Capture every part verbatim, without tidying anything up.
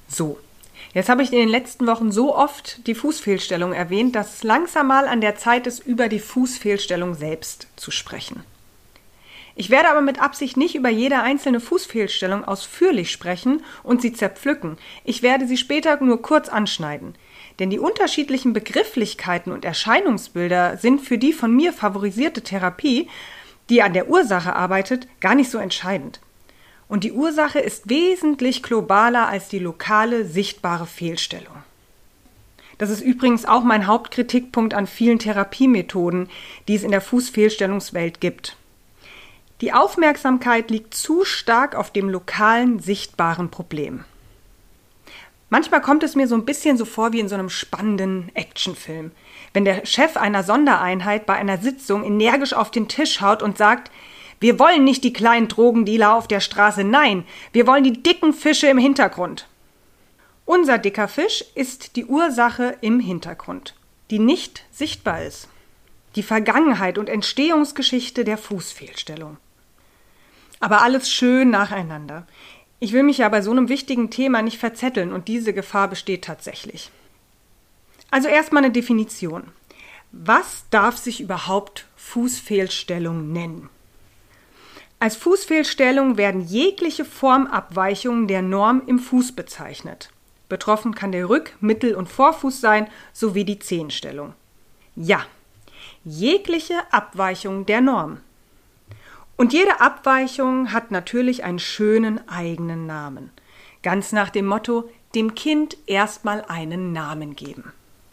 So, jetzt habe ich in den letzten Wochen so oft die Fußfehlstellung erwähnt, dass es langsam mal an der Zeit ist, über die Fußfehlstellung selbst zu sprechen. Ich werde aber mit Absicht nicht über jede einzelne Fußfehlstellung ausführlich sprechen und sie zerpflücken. Ich werde sie später nur kurz anschneiden. Denn die unterschiedlichen Begrifflichkeiten und Erscheinungsbilder sind für die von mir favorisierte Therapie, die an der Ursache arbeitet, gar nicht so entscheidend. Und die Ursache ist wesentlich globaler als die lokale, sichtbare Fehlstellung. Das ist übrigens auch mein Hauptkritikpunkt an vielen Therapiemethoden, die es in der Fußfehlstellungswelt gibt. Die Aufmerksamkeit liegt zu stark auf dem lokalen, sichtbaren Problem. Manchmal kommt es mir so ein bisschen so vor wie in so einem spannenden Actionfilm, wenn der Chef einer Sondereinheit bei einer Sitzung energisch auf den Tisch haut und sagt: Wir wollen nicht die kleinen Drogendealer auf der Straße, nein, wir wollen die dicken Fische im Hintergrund. Unser dicker Fisch ist die Ursache im Hintergrund, die nicht sichtbar ist. Die Vergangenheit und Entstehungsgeschichte der Fußfehlstellung. Aber alles schön nacheinander. Ich will mich ja bei so einem wichtigen Thema nicht verzetteln und diese Gefahr besteht tatsächlich. Also erstmal eine Definition. Was darf sich überhaupt Fußfehlstellung nennen? Als Fußfehlstellung werden jegliche Formabweichungen der Norm im Fuß bezeichnet. Betroffen kann der Rück-, Mittel- und Vorfuß sein, sowie die Zehenstellung. Ja, jegliche Abweichung der Norm. Und jede Abweichung hat natürlich einen schönen eigenen Namen. Ganz nach dem Motto, dem Kind erstmal einen Namen geben.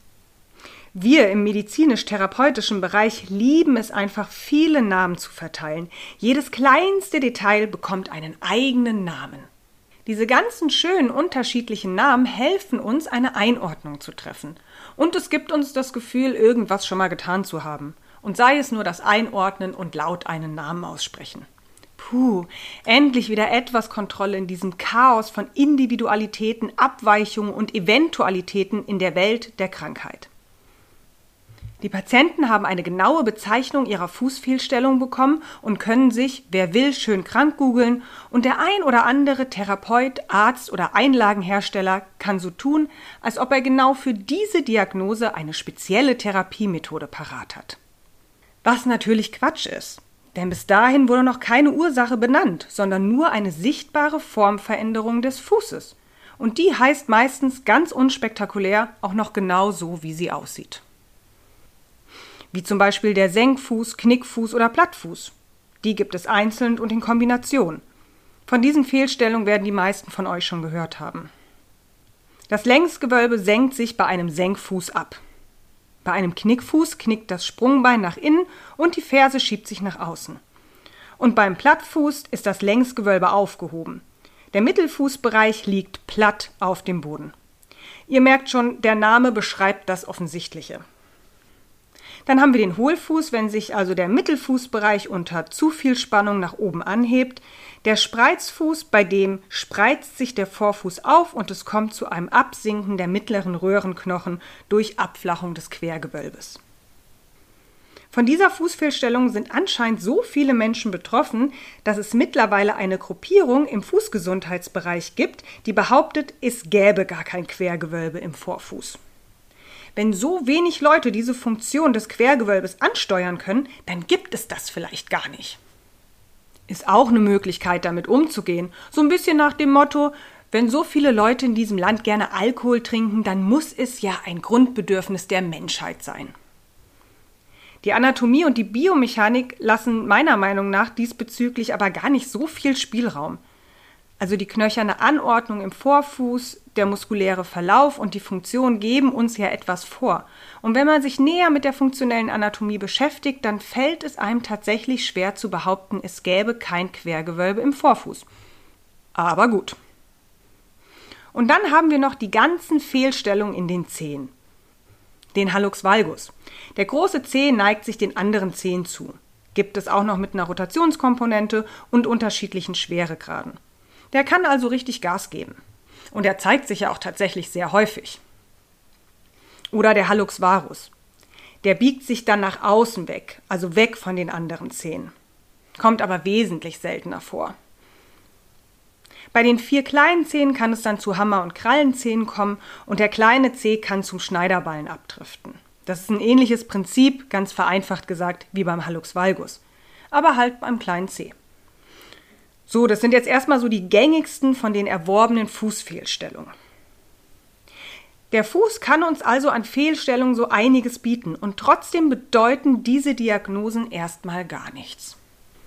Wir im medizinisch-therapeutischen Bereich lieben es einfach, viele Namen zu verteilen. Jedes kleinste Detail bekommt einen eigenen Namen. Diese ganzen schönen unterschiedlichen Namen helfen uns, eine Einordnung zu treffen. Und es gibt uns das Gefühl, irgendwas schon mal getan zu haben. Und sei es nur das Einordnen und laut einen Namen aussprechen. Puh, endlich wieder etwas Kontrolle in diesem Chaos von Individualitäten, Abweichungen und Eventualitäten in der Welt der Krankheit. Die Patienten haben eine genaue Bezeichnung ihrer Fußfehlstellung bekommen und können sich, wer will, schön krank googeln und der ein oder andere Therapeut, Arzt oder Einlagenhersteller kann so tun, als ob er genau für diese Diagnose eine spezielle Therapiemethode parat hat. Was natürlich Quatsch ist, denn bis dahin wurde noch keine Ursache benannt, sondern nur eine sichtbare Formveränderung des Fußes. Und die heißt meistens ganz unspektakulär auch noch genau so, wie sie aussieht. Wie zum Beispiel der Senkfuß, Knickfuß oder Plattfuß. Die gibt es einzeln und in Kombination. Von diesen Fehlstellungen werden die meisten von euch schon gehört haben. Das Längsgewölbe senkt sich bei einem Senkfuß ab. Bei einem Knickfuß knickt das Sprungbein nach innen und die Ferse schiebt sich nach außen. Und beim Plattfuß ist das Längsgewölbe aufgehoben. Der Mittelfußbereich liegt platt auf dem Boden. Ihr merkt schon, der Name beschreibt das Offensichtliche. Dann haben wir den Hohlfuß, wenn sich also der Mittelfußbereich unter zu viel Spannung nach oben anhebt. Der Spreizfuß, bei dem spreizt sich der Vorfuß auf und es kommt zu einem Absinken der mittleren Röhrenknochen durch Abflachung des Quergewölbes. Von dieser Fußfehlstellung sind anscheinend so viele Menschen betroffen, dass es mittlerweile eine Gruppierung im Fußgesundheitsbereich gibt, die behauptet, es gäbe gar kein Quergewölbe im Vorfuß. Wenn so wenig Leute diese Funktion des Quergewölbes ansteuern können, dann gibt es das vielleicht gar nicht. Ist auch eine Möglichkeit, damit umzugehen. So ein bisschen nach dem Motto, wenn so viele Leute in diesem Land gerne Alkohol trinken, dann muss es ja ein Grundbedürfnis der Menschheit sein. Die Anatomie und die Biomechanik lassen meiner Meinung nach diesbezüglich aber gar nicht so viel Spielraum. Also die knöcherne Anordnung im Vorfuß, der muskuläre Verlauf und die Funktion geben uns ja etwas vor. Und wenn man sich näher mit der funktionellen Anatomie beschäftigt, dann fällt es einem tatsächlich schwer zu behaupten, es gäbe kein Quergewölbe im Vorfuß. Aber gut. Und dann haben wir noch die ganzen Fehlstellungen in den Zehen. Den Hallux valgus. Der große Zeh neigt sich den anderen Zehen zu. Gibt es auch noch mit einer Rotationskomponente und unterschiedlichen Schweregraden. Der kann also richtig Gas geben. Und er zeigt sich ja auch tatsächlich sehr häufig. Oder der Hallux varus. Der biegt sich dann nach außen weg, also weg von den anderen Zehen. Kommt aber wesentlich seltener vor. Bei den vier kleinen Zehen kann es dann zu Hammer- und Krallenzehen kommen und der kleine Zeh kann zum Schneiderballen abdriften. Das ist ein ähnliches Prinzip, ganz vereinfacht gesagt, wie beim Hallux valgus, aber halt beim kleinen Zeh. So, das sind jetzt erstmal so die gängigsten von den erworbenen Fußfehlstellungen. Der Fuß kann uns also an Fehlstellungen so einiges bieten und trotzdem bedeuten diese Diagnosen erstmal gar nichts.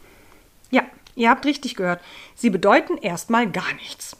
Ja, ihr habt richtig gehört, sie bedeuten erstmal gar nichts.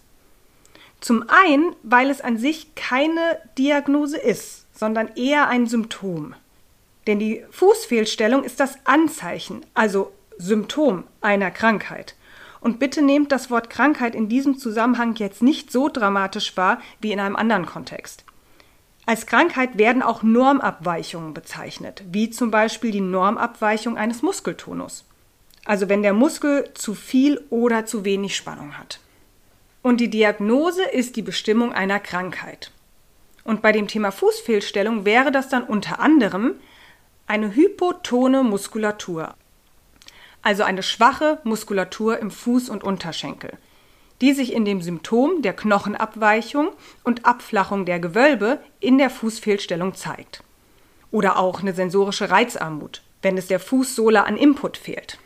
Zum einen, weil es an sich keine Diagnose ist, sondern eher ein Symptom. Denn die Fußfehlstellung ist das Anzeichen, also Symptom einer Krankheit. Und bitte nehmt das Wort Krankheit in diesem Zusammenhang jetzt nicht so dramatisch wahr wie in einem anderen Kontext. Als Krankheit werden auch Normabweichungen bezeichnet, wie zum Beispiel die Normabweichung eines Muskeltonus. Also wenn der Muskel zu viel oder zu wenig Spannung hat. Und die Diagnose ist die Bestimmung einer Krankheit. Und bei dem Thema Fußfehlstellung wäre das dann unter anderem eine hypotone Muskulatur, also eine schwache Muskulatur im Fuß und Unterschenkel, die sich in dem Symptom der Knochenabweichung und Abflachung der Gewölbe in der Fußfehlstellung zeigt. Oder auch eine sensorische Reizarmut, wenn es der Fußsohle an Input fehlt.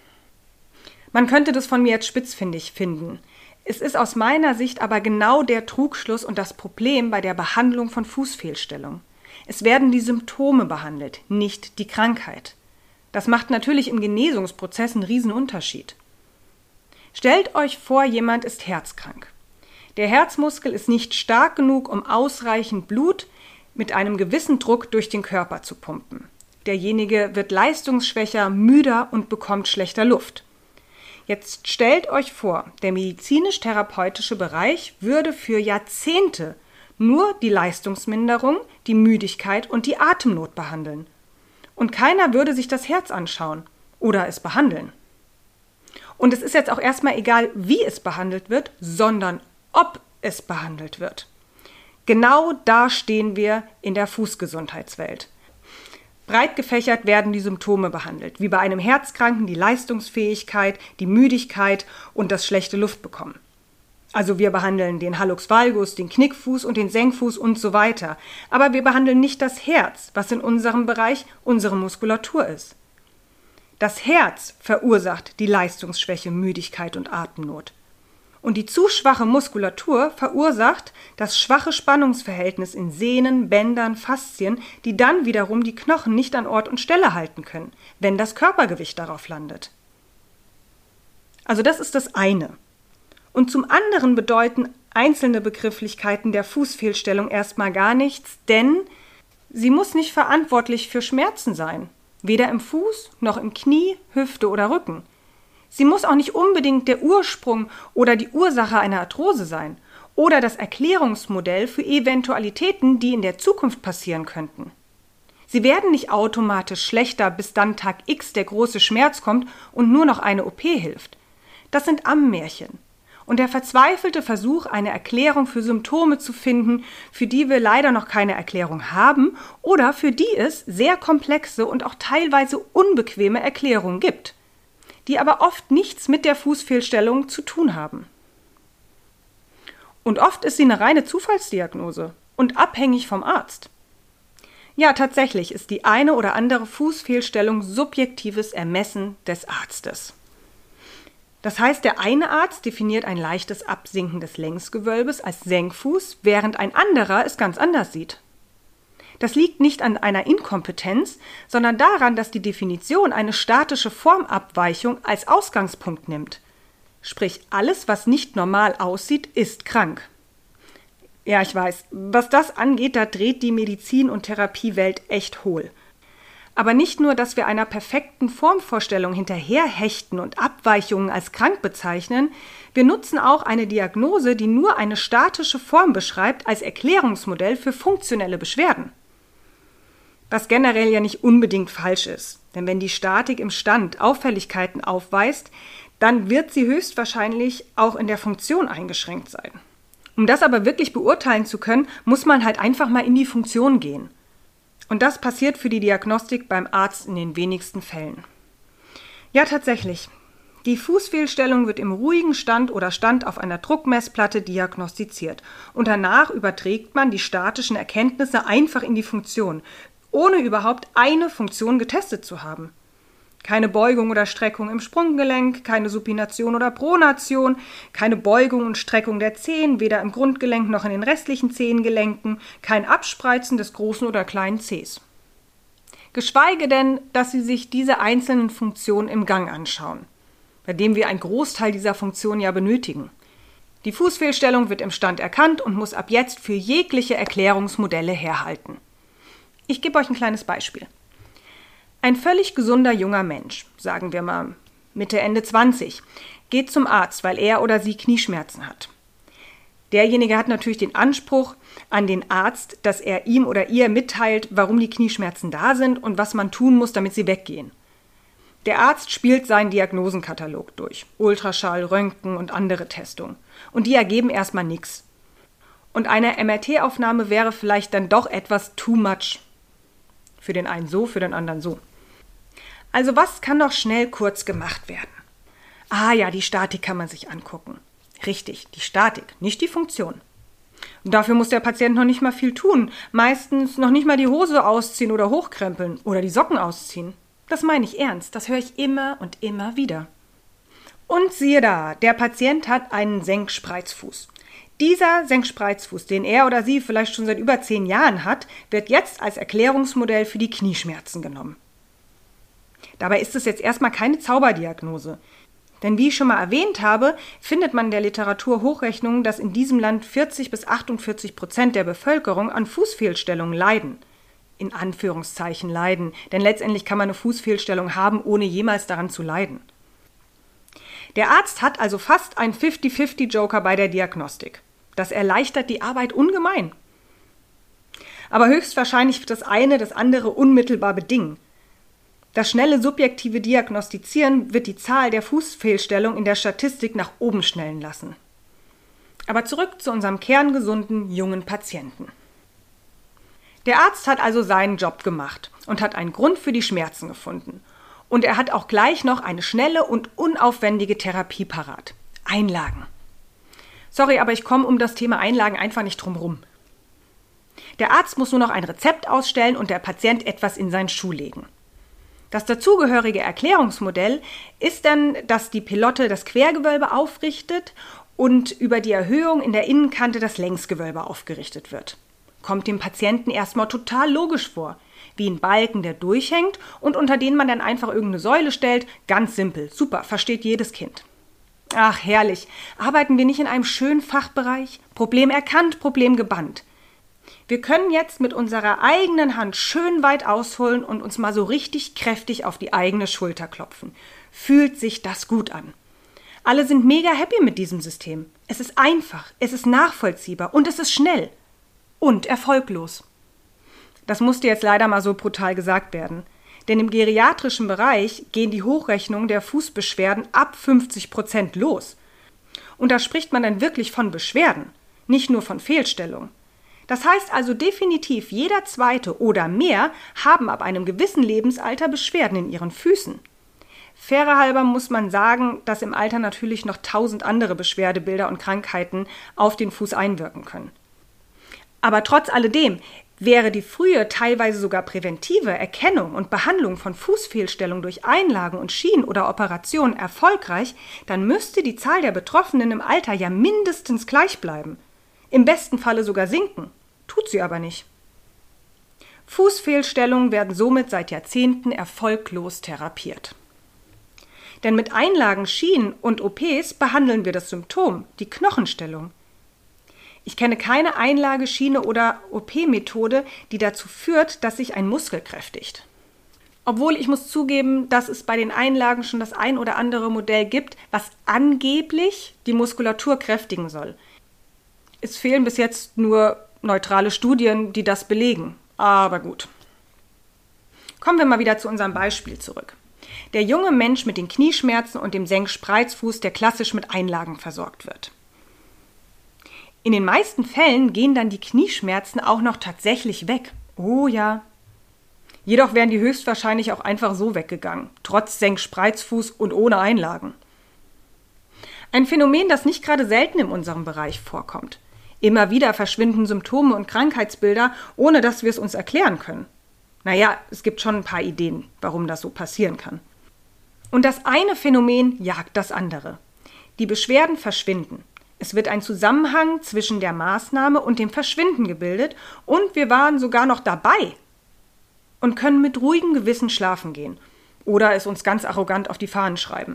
Man könnte das von mir jetzt spitzfindig finden. Es ist aus meiner Sicht aber genau der Trugschluss und das Problem bei der Behandlung von Fußfehlstellung. Es werden die Symptome behandelt, nicht die Krankheit. Das macht natürlich im Genesungsprozess einen riesen Unterschied. Stellt euch vor, jemand ist herzkrank. Der Herzmuskel ist nicht stark genug, um ausreichend Blut mit einem gewissen Druck durch den Körper zu pumpen. Derjenige wird leistungsschwächer, müder und bekommt schlechter Luft. Jetzt stellt euch vor, der medizinisch-therapeutische Bereich würde für Jahrzehnte nur die Leistungsminderung, die Müdigkeit und die Atemnot behandeln. Und keiner würde sich das Herz anschauen oder es behandeln. Und es ist jetzt auch erstmal egal, wie es behandelt wird, sondern ob es behandelt wird. Genau da stehen wir in der Fußgesundheitswelt. Breit gefächert werden die Symptome behandelt, wie bei einem Herzkranken die Leistungsfähigkeit, die Müdigkeit und das schlechte Luftbekommen. Also wir behandeln den Hallux valgus, den Knickfuß und den Senkfuß und so weiter. Aber wir behandeln nicht das Herz, was in unserem Bereich unsere Muskulatur ist. Das Herz verursacht die Leistungsschwäche, Müdigkeit und Atemnot. Und die zu schwache Muskulatur verursacht das schwache Spannungsverhältnis in Sehnen, Bändern, Faszien, die dann wiederum die Knochen nicht an Ort und Stelle halten können, wenn das Körpergewicht darauf landet. Also das ist das eine. Und zum anderen bedeuten einzelne Begrifflichkeiten der Fußfehlstellung erstmal gar nichts, denn sie muss nicht verantwortlich für Schmerzen sein, weder im Fuß noch im Knie, Hüfte oder Rücken. Sie muss auch nicht unbedingt der Ursprung oder die Ursache einer Arthrose sein oder das Erklärungsmodell für Eventualitäten, die in der Zukunft passieren könnten. Sie werden nicht automatisch schlechter, bis dann Tag X der große Schmerz kommt und nur noch eine O P hilft. Das sind Ammenmärchen. Und der verzweifelte Versuch, eine Erklärung für Symptome zu finden, für die wir leider noch keine Erklärung haben oder für die es sehr komplexe und auch teilweise unbequeme Erklärungen gibt, die aber oft nichts mit der Fußfehlstellung zu tun haben. Und oft ist sie eine reine Zufallsdiagnose und abhängig vom Arzt. Ja, tatsächlich ist die eine oder andere Fußfehlstellung subjektives Ermessen des Arztes. Das heißt, der eine Arzt definiert ein leichtes Absinken des Längsgewölbes als Senkfuß, während ein anderer es ganz anders sieht. Das liegt nicht an einer Inkompetenz, sondern daran, dass die Definition eine statische Formabweichung als Ausgangspunkt nimmt. Sprich, alles, was nicht normal aussieht, ist krank. Ja, ich weiß, was das angeht, da dreht die Medizin- und Therapiewelt echt hohl. Aber nicht nur, dass wir einer perfekten Formvorstellung hinterherhechten und Abweichungen als krank bezeichnen, wir nutzen auch eine Diagnose, die nur eine statische Form beschreibt, als Erklärungsmodell für funktionelle Beschwerden. Was generell ja nicht unbedingt falsch ist, denn wenn die Statik im Stand Auffälligkeiten aufweist, dann wird sie höchstwahrscheinlich auch in der Funktion eingeschränkt sein. Um das aber wirklich beurteilen zu können, muss man halt einfach mal in die Funktion gehen. Und das passiert für die Diagnostik beim Arzt in den wenigsten Fällen. Ja, tatsächlich. Die Fußfehlstellung wird im ruhigen Stand oder Stand auf einer Druckmessplatte diagnostiziert und danach überträgt man die statischen Erkenntnisse einfach in die Funktion, ohne überhaupt eine Funktion getestet zu haben. Keine Beugung oder Streckung im Sprunggelenk, keine Supination oder Pronation, keine Beugung und Streckung der Zehen, weder im Grundgelenk noch in den restlichen Zehengelenken, kein Abspreizen des großen oder kleinen Zehs. Geschweige denn, dass Sie sich diese einzelnen Funktionen im Gang anschauen, bei dem wir einen Großteil dieser Funktionen ja benötigen. Die Fußfehlstellung wird im Stand erkannt und muss ab jetzt für jegliche Erklärungsmodelle herhalten. Ich gebe euch ein kleines Beispiel. Ein völlig gesunder junger Mensch, sagen wir mal Mitte, Ende zwanzig, geht zum Arzt, weil er oder sie Knieschmerzen hat. Derjenige hat natürlich den Anspruch an den Arzt, dass er ihm oder ihr mitteilt, warum die Knieschmerzen da sind und was man tun muss, damit sie weggehen. Der Arzt spielt seinen Diagnosenkatalog durch, Ultraschall, Röntgen und andere Testungen. Und die ergeben erstmal nichts. Und eine M R T-Aufnahme wäre vielleicht dann doch etwas too much. Für den einen so, für den anderen so. Also was kann doch schnell kurz gemacht werden? Ah ja, die Statik kann man sich angucken. Richtig, die Statik, nicht die Funktion. Und dafür muss der Patient noch nicht mal viel tun. Meistens noch nicht mal die Hose ausziehen oder hochkrempeln oder die Socken ausziehen. Das meine ich ernst, das höre ich immer und immer wieder. Und siehe da, der Patient hat einen Senkspreizfuß. Dieser Senkspreizfuß, den er oder sie vielleicht schon seit über zehn Jahren hat, wird jetzt als Erklärungsmodell für die Knieschmerzen genommen. Dabei ist es jetzt erstmal keine Zauberdiagnose. Denn wie ich schon mal erwähnt habe, findet man in der Literatur Hochrechnungen, dass in diesem Land vierzig bis achtundvierzig Prozent der Bevölkerung an Fußfehlstellungen leiden. In Anführungszeichen leiden, denn letztendlich kann man eine Fußfehlstellung haben, ohne jemals daran zu leiden. Der Arzt hat also fast einen fifty fifty Joker bei der Diagnostik. Das erleichtert die Arbeit ungemein. Aber höchstwahrscheinlich wird das eine das andere unmittelbar bedingen. Das schnelle subjektive Diagnostizieren wird die Zahl der Fußfehlstellungen in der Statistik nach oben schnellen lassen. Aber zurück zu unserem kerngesunden, jungen Patienten. Der Arzt hat also seinen Job gemacht und hat einen Grund für die Schmerzen gefunden. Und er hat auch gleich noch eine schnelle und unaufwendige Therapie parat. Einlagen. Sorry, aber ich komme um das Thema Einlagen einfach nicht drum rum. Der Arzt muss nur noch ein Rezept ausstellen und der Patient etwas in seinen Schuh legen. Das dazugehörige Erklärungsmodell ist dann, dass die Pilotte das Quergewölbe aufrichtet und über die Erhöhung in der Innenkante das Längsgewölbe aufgerichtet wird. Kommt dem Patienten erstmal total logisch vor, wie ein Balken, der durchhängt und unter den man dann einfach irgendeine Säule stellt. Ganz simpel, super, versteht jedes Kind. Ach, herrlich, arbeiten wir nicht in einem schönen Fachbereich? Problem erkannt, Problem gebannt. Wir können jetzt mit unserer eigenen Hand schön weit ausholen und uns mal so richtig kräftig auf die eigene Schulter klopfen. Fühlt sich das gut an. Alle sind mega happy mit diesem System. Es ist einfach, es ist nachvollziehbar und es ist schnell. Und erfolglos. Das musste jetzt leider mal so brutal gesagt werden. Denn im geriatrischen Bereich gehen die Hochrechnungen der Fußbeschwerden ab fünfzig Prozent los. Und da spricht man dann wirklich von Beschwerden, nicht nur von Fehlstellungen. Das heißt also definitiv, jeder Zweite oder mehr haben ab einem gewissen Lebensalter Beschwerden in ihren Füßen. Fairer halber muss man sagen, dass im Alter natürlich noch tausend andere Beschwerdebilder und Krankheiten auf den Fuß einwirken können. Aber trotz alledem, wäre die frühe, teilweise sogar präventive Erkennung und Behandlung von Fußfehlstellungen durch Einlagen und Schienen oder Operationen erfolgreich, dann müsste die Zahl der Betroffenen im Alter ja mindestens gleich bleiben. Im besten Falle sogar sinken. Tut sie aber nicht. Fußfehlstellungen werden somit seit Jahrzehnten erfolglos therapiert. Denn mit Einlagen, Schienen und O Ps behandeln wir das Symptom, die Knochenstellung. Ich kenne keine Einlage, Schiene oder O P-Methode, die dazu führt, dass sich ein Muskel kräftigt. Obwohl ich muss zugeben, dass es bei den Einlagen schon das ein oder andere Modell gibt, was angeblich die Muskulatur kräftigen soll. Es fehlen bis jetzt nur neutrale Studien, die das belegen. Aber gut. Kommen wir mal wieder zu unserem Beispiel zurück. Der junge Mensch mit den Knieschmerzen und dem Senkspreizfuß, der klassisch mit Einlagen versorgt wird. In den meisten Fällen gehen dann die Knieschmerzen auch noch tatsächlich weg. Oh ja. Jedoch wären die höchstwahrscheinlich auch einfach so weggegangen, trotz Senkspreizfuß und ohne Einlagen. Ein Phänomen, das nicht gerade selten in unserem Bereich vorkommt. Immer wieder verschwinden Symptome und Krankheitsbilder, ohne dass wir es uns erklären können. Naja, es gibt schon ein paar Ideen, warum das so passieren kann. Und das eine Phänomen jagt das andere. Die Beschwerden verschwinden. Es wird ein Zusammenhang zwischen der Maßnahme und dem Verschwinden gebildet und wir waren sogar noch dabei und können mit ruhigem Gewissen schlafen gehen oder es uns ganz arrogant auf die Fahnen schreiben.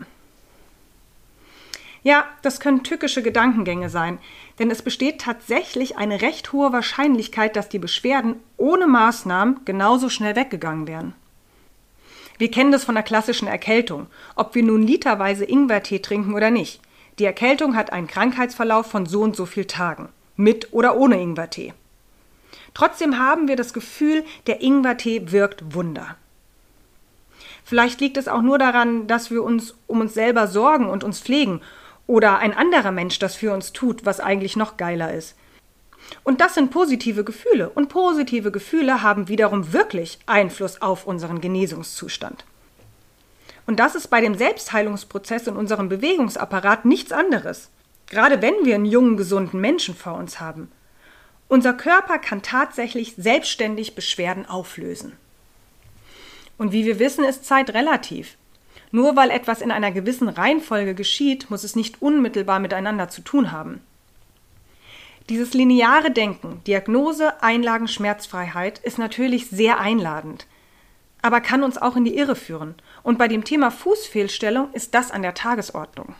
Ja, das können tückische Gedankengänge sein, denn es besteht tatsächlich eine recht hohe Wahrscheinlichkeit, dass die Beschwerden ohne Maßnahmen genauso schnell weggegangen wären. Wir kennen das von der klassischen Erkältung, ob wir nun literweise Ingwertee trinken oder nicht. Die Erkältung hat einen Krankheitsverlauf von so und so viel Tagen, mit oder ohne Ingwertee. Trotzdem haben wir das Gefühl, der Ingwertee wirkt Wunder. Vielleicht liegt es auch nur daran, dass wir uns um uns selber sorgen und uns pflegen oder ein anderer Mensch das für uns tut, was eigentlich noch geiler ist. Und das sind positive Gefühle und positive Gefühle haben wiederum wirklich Einfluss auf unseren Genesungszustand. Und das ist bei dem Selbstheilungsprozess in unserem Bewegungsapparat nichts anderes, gerade wenn wir einen jungen, gesunden Menschen vor uns haben. Unser Körper kann tatsächlich selbstständig Beschwerden auflösen. Und wie wir wissen, ist Zeit relativ. Nur weil etwas in einer gewissen Reihenfolge geschieht, muss es nicht unmittelbar miteinander zu tun haben. Dieses lineare Denken, Diagnose, Einlagen, Schmerzfreiheit, ist natürlich sehr einladend, aber kann uns auch in die Irre führen. Und bei dem Thema Fußfehlstellung ist das an der Tagesordnung.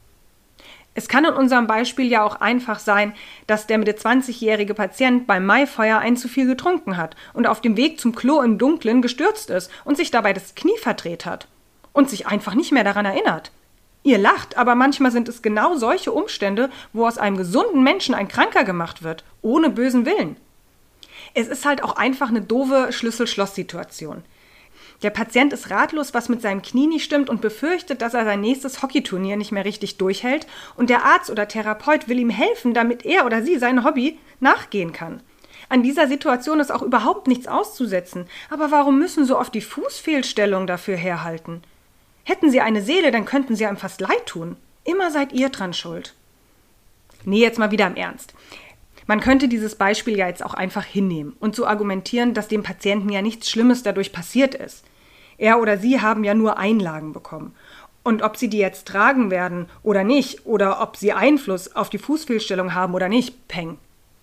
Es kann in unserem Beispiel ja auch einfach sein, dass der Mitte zwanzigjährige Patient beim Maifeuer ein zu viel getrunken hat und auf dem Weg zum Klo im Dunkeln gestürzt ist und sich dabei das Knie verdreht hat und sich einfach nicht mehr daran erinnert. Ihr lacht, aber manchmal sind es genau solche Umstände, wo aus einem gesunden Menschen ein Kranker gemacht wird, ohne bösen Willen. Es ist halt auch einfach eine doofe Schlüssel-Schloss-Situation. Der Patient ist ratlos, was mit seinem Knie nicht stimmt und befürchtet, dass er sein nächstes Hockeyturnier nicht mehr richtig durchhält und der Arzt oder Therapeut will ihm helfen, damit er oder sie sein Hobby nachgehen kann. An dieser Situation ist auch überhaupt nichts auszusetzen, aber warum müssen so oft die Fußfehlstellungen dafür herhalten? Hätten Sie eine Seele, dann könnten Sie einem fast leid tun. Immer seid ihr dran schuld. Nee, jetzt mal wieder im Ernst. Man könnte dieses Beispiel ja jetzt auch einfach hinnehmen und so argumentieren, dass dem Patienten ja nichts Schlimmes dadurch passiert ist. Er oder sie haben ja nur Einlagen bekommen. Und ob sie die jetzt tragen werden oder nicht, oder ob sie Einfluss auf die Fußfehlstellung haben oder nicht, peng.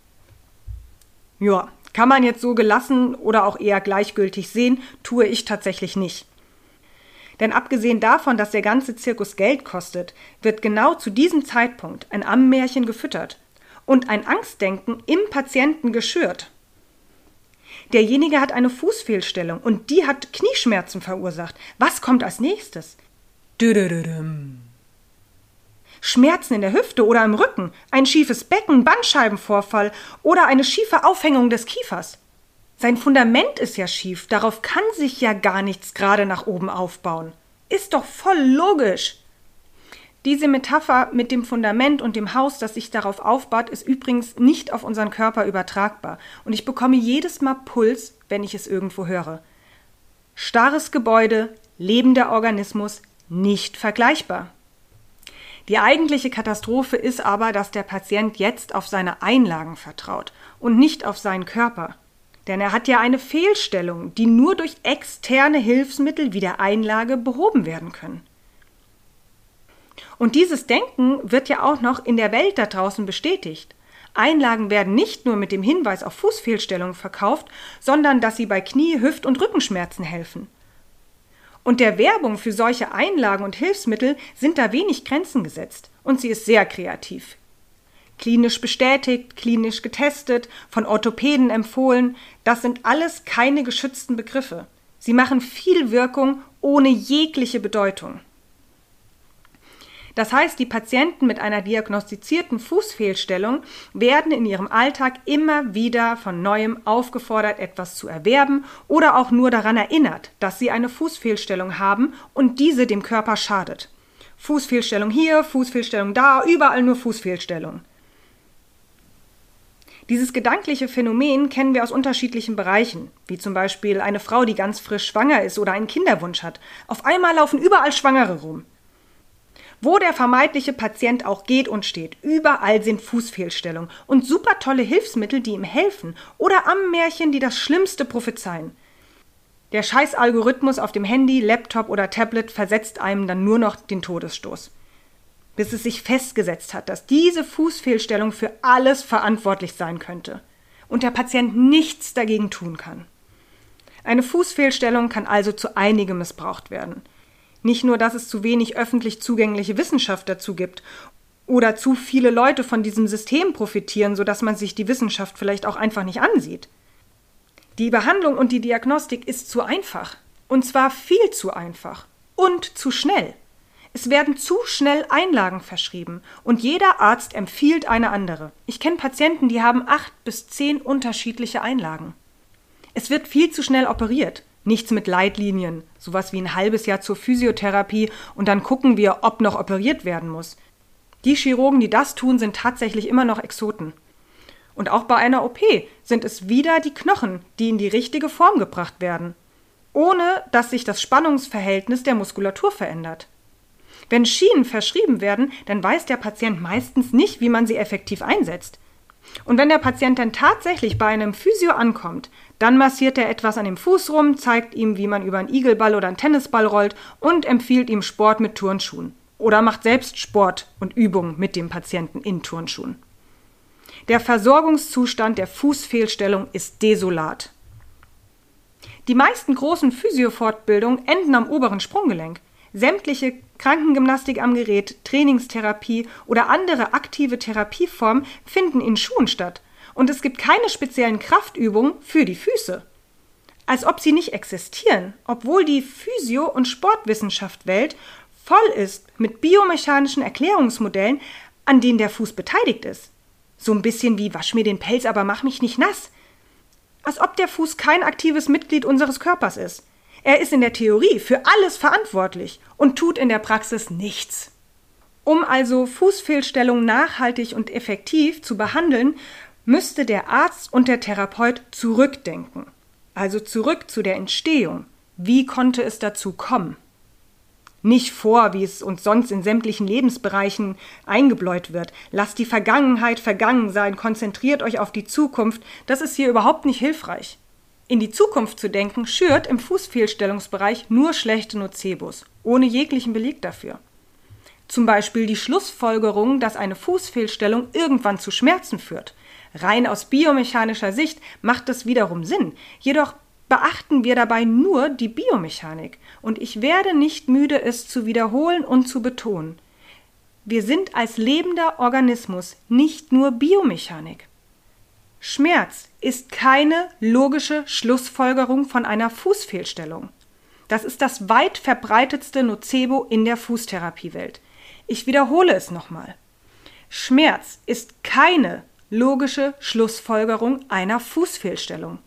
Ja, kann man jetzt so gelassen oder auch eher gleichgültig sehen, tue ich tatsächlich nicht. Denn abgesehen davon, dass der ganze Zirkus Geld kostet, wird genau zu diesem Zeitpunkt ein Ammenmärchen gefüttert und ein Angstdenken im Patienten geschürt. Derjenige hat eine Fußfehlstellung und die hat Knieschmerzen verursacht. Was kommt als nächstes? Dödödödüm. Schmerzen in der Hüfte oder im Rücken, ein schiefes Becken, Bandscheibenvorfall oder eine schiefe Aufhängung des Kiefers. Sein Fundament ist ja schief, darauf kann sich ja gar nichts gerade nach oben aufbauen. Ist doch voll logisch. Diese Metapher mit dem Fundament und dem Haus, das sich darauf aufbaut, ist übrigens nicht auf unseren Körper übertragbar. Und ich bekomme jedes Mal Puls, wenn ich es irgendwo höre. Starres Gebäude, lebender Organismus, nicht vergleichbar. Die eigentliche Katastrophe ist aber, dass der Patient jetzt auf seine Einlagen vertraut und nicht auf seinen Körper. Denn er hat ja eine Fehlstellung, die nur durch externe Hilfsmittel wie der Einlage behoben werden können. Und dieses Denken wird ja auch noch in der Welt da draußen bestätigt. Einlagen werden nicht nur mit dem Hinweis auf Fußfehlstellungen verkauft, sondern dass sie bei Knie-, Hüft- und Rückenschmerzen helfen. Und der Werbung für solche Einlagen und Hilfsmittel sind da wenig Grenzen gesetzt. Und sie ist sehr kreativ. Klinisch bestätigt, klinisch getestet, von Orthopäden empfohlen, das sind alles keine geschützten Begriffe. Sie machen viel Wirkung ohne jegliche Bedeutung. Das heißt, die Patienten mit einer diagnostizierten Fußfehlstellung werden in ihrem Alltag immer wieder von Neuem aufgefordert, etwas zu erwerben oder auch nur daran erinnert, dass sie eine Fußfehlstellung haben und diese dem Körper schadet. Fußfehlstellung hier, Fußfehlstellung da, überall nur Fußfehlstellung. Dieses gedankliche Phänomen kennen wir aus unterschiedlichen Bereichen, wie zum Beispiel eine Frau, die ganz frisch schwanger ist oder einen Kinderwunsch hat. Auf einmal laufen überall Schwangere rum. Wo der vermeintliche Patient auch geht und steht, überall sind Fußfehlstellungen und super tolle Hilfsmittel, die ihm helfen oder Ammenmärchen, die das Schlimmste prophezeien. Der scheiß Algorithmus auf dem Handy, Laptop oder Tablet versetzt einem dann nur noch den Todesstoß. Bis es sich festgesetzt hat, dass diese Fußfehlstellung für alles verantwortlich sein könnte und der Patient nichts dagegen tun kann. Eine Fußfehlstellung kann also zu einigem missbraucht werden. Nicht nur, dass es zu wenig öffentlich zugängliche Wissenschaft dazu gibt oder zu viele Leute von diesem System profitieren, sodass man sich die Wissenschaft vielleicht auch einfach nicht ansieht. Die Behandlung und die Diagnostik ist zu einfach. Und zwar viel zu einfach. Und zu schnell. Es werden zu schnell Einlagen verschrieben und jeder Arzt empfiehlt eine andere. Ich kenne Patienten, die haben acht bis zehn unterschiedliche Einlagen. Es wird viel zu schnell operiert. Nichts mit Leitlinien, sowas wie ein halbes Jahr zur Physiotherapie und dann gucken wir, ob noch operiert werden muss. Die Chirurgen, die das tun, sind tatsächlich immer noch Exoten. Und auch bei einer O P sind es wieder die Knochen, die in die richtige Form gebracht werden, ohne dass sich das Spannungsverhältnis der Muskulatur verändert. Wenn Schienen verschrieben werden, dann weiß der Patient meistens nicht, wie man sie effektiv einsetzt. Und wenn der Patient dann tatsächlich bei einem Physio ankommt, dann massiert er etwas an dem Fuß rum, zeigt ihm, wie man über einen Igelball oder einen Tennisball rollt und empfiehlt ihm Sport mit Turnschuhen. Oder macht selbst Sport und Übungen mit dem Patienten in Turnschuhen. Der Versorgungszustand der Fußfehlstellung ist desolat. Die meisten großen Physio-Fortbildungen enden am oberen Sprunggelenk. Sämtliche Krankengymnastik am Gerät, Trainingstherapie oder andere aktive Therapieformen finden in Schuhen statt. Und es gibt keine speziellen Kraftübungen für die Füße. Als ob sie nicht existieren, obwohl die Physio- und Sportwissenschaft-Welt voll ist mit biomechanischen Erklärungsmodellen, an denen der Fuß beteiligt ist. So ein bisschen wie wasch mir den Pelz, aber mach mich nicht nass. Als ob der Fuß kein aktives Mitglied unseres Körpers ist. Er ist in der Theorie für alles verantwortlich und tut in der Praxis nichts. Um also Fußfehlstellungen nachhaltig und effektiv zu behandeln, müsste der Arzt und der Therapeut zurückdenken. Also zurück zu der Entstehung. Wie konnte es dazu kommen? Nicht vor, wie es uns sonst in sämtlichen Lebensbereichen eingebläut wird. Lasst die Vergangenheit vergangen sein, konzentriert euch auf die Zukunft. Das ist hier überhaupt nicht hilfreich. In die Zukunft zu denken, schürt im Fußfehlstellungsbereich nur schlechte Nocebos, ohne jeglichen Beleg dafür. Zum Beispiel die Schlussfolgerung, dass eine Fußfehlstellung irgendwann zu Schmerzen führt. Rein aus biomechanischer Sicht macht das wiederum Sinn, jedoch beachten wir dabei nur die Biomechanik. Und ich werde nicht müde, es zu wiederholen und zu betonen. Wir sind als lebender Organismus nicht nur Biomechanik. Schmerz ist keine logische Schlussfolgerung von einer Fußfehlstellung. Das ist das weit verbreitetste Nocebo in der Fußtherapiewelt. Ich wiederhole es nochmal. Schmerz ist keine logische Schlussfolgerung einer Fußfehlstellung.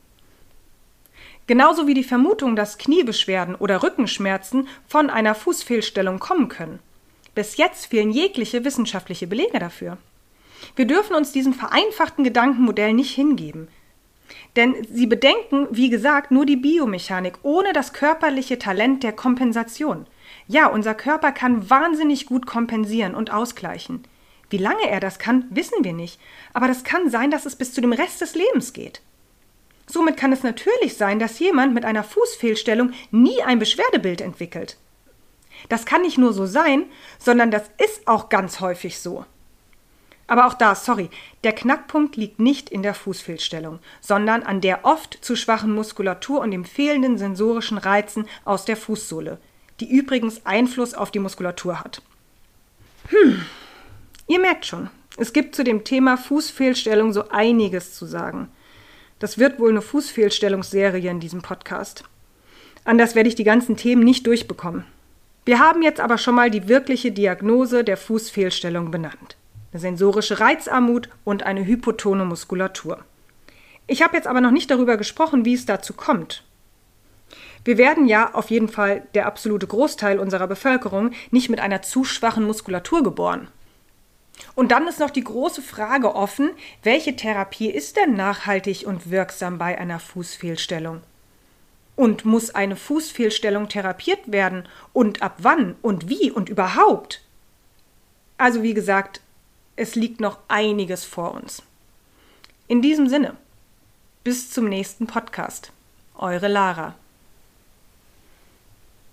Genauso wie die Vermutung, dass Kniebeschwerden oder Rückenschmerzen von einer Fußfehlstellung kommen können. Bis jetzt fehlen jegliche wissenschaftliche Belege dafür. Wir dürfen uns diesem vereinfachten Gedankenmodell nicht hingeben. Denn sie bedenken, wie gesagt, nur die Biomechanik, ohne das körperliche Talent der Kompensation. Ja, unser Körper kann wahnsinnig gut kompensieren und ausgleichen. Wie lange er das kann, wissen wir nicht. Aber das kann sein, dass es bis zu dem Rest des Lebens geht. Somit kann es natürlich sein, dass jemand mit einer Fußfehlstellung nie ein Beschwerdebild entwickelt. Das kann nicht nur so sein, sondern das ist auch ganz häufig so. Aber auch da, sorry, der Knackpunkt liegt nicht in der Fußfehlstellung, sondern an der oft zu schwachen Muskulatur und dem fehlenden sensorischen Reizen aus der Fußsohle, die übrigens Einfluss auf die Muskulatur hat. Hm, ihr merkt schon, es gibt zu dem Thema Fußfehlstellung so einiges zu sagen. Das wird wohl eine Fußfehlstellungsserie in diesem Podcast. Anders werde ich die ganzen Themen nicht durchbekommen. Wir haben jetzt aber schon mal die wirkliche Diagnose der Fußfehlstellung benannt. Eine sensorische Reizarmut und eine hypotone Muskulatur. Ich habe jetzt aber noch nicht darüber gesprochen, wie es dazu kommt. Wir werden ja auf jeden Fall, der absolute Großteil unserer Bevölkerung, nicht mit einer zu schwachen Muskulatur geboren. Und dann ist noch die große Frage offen, welche Therapie ist denn nachhaltig und wirksam bei einer Fußfehlstellung? Und muss eine Fußfehlstellung therapiert werden? Und ab wann? Und wie? Und überhaupt? Also wie gesagt, es liegt noch einiges vor uns. In diesem Sinne, bis zum nächsten Podcast. Eure Lara.